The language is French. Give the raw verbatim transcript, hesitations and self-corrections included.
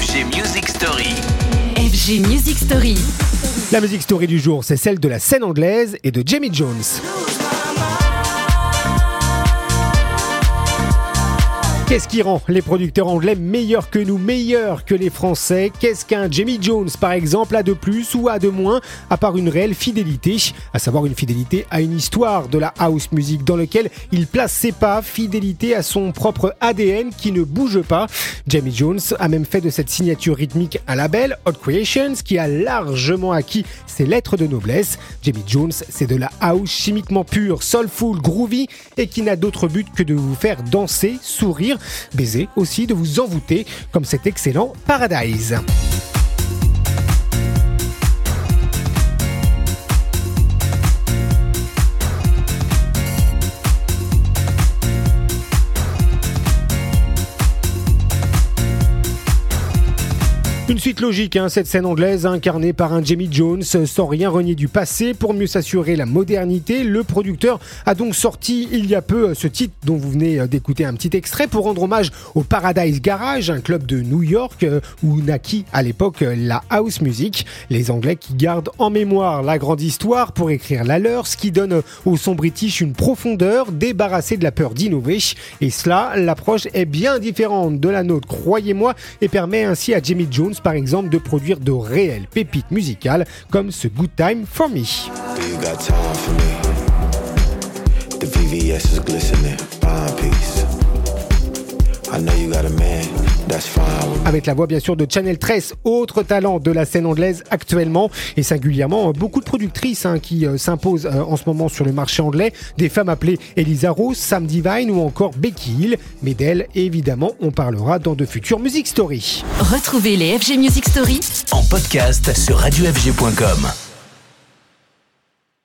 F G Music Story. F G Music Story. La musique story du jour, c'est celle de la scène anglaise et de Jamie Jones. Qu'est-ce qui rend les producteurs anglais meilleurs que nous, meilleurs que les Français ? Qu'est-ce qu'un Jamie Jones, par exemple, a de plus ou a de moins, à part une réelle fidélité, à savoir une fidélité à une histoire de la house music dans laquelle il place ses pas, fidélité à son propre A D N qui ne bouge pas. Jamie Jones a même fait de cette signature rythmique un label, Hot Creations, qui a largement acquis ses lettres de noblesse. Jamie Jones, c'est de la house chimiquement pure, soulful, groovy et qui n'a d'autre but que de vous faire danser, sourire, baiser aussi, de vous envoûter comme cet excellent Paradise. Une suite logique, hein, cette scène anglaise incarnée par un Jamie Jones sans rien renier du passé pour mieux s'assurer la modernité. Le producteur a donc sorti il y a peu ce titre dont vous venez d'écouter un petit extrait pour rendre hommage au Paradise Garage, un club de New York où naquit à l'époque la house music. Les Anglais qui gardent en mémoire la grande histoire pour écrire la leur, ce qui donne au son british une profondeur, débarrassée de la peur d'innover. Et cela, l'approche est bien différente de la nôtre, croyez-moi, et permet ainsi à Jamie Jones par exemple de produire de réelles pépites musicales comme ce Good Time For Me. Avec la voix bien sûr de Channel treize, autre talent de la scène anglaise actuellement et singulièrement beaucoup de productrices hein, qui euh, s'imposent euh, en ce moment sur le marché anglais, des femmes appelées Eliza Rose, Sam Divine ou encore Becky Hill, mais d'elles évidemment on parlera dans de futures Music Story. Retrouvez les F G Music Story En podcast sur radio f g point com.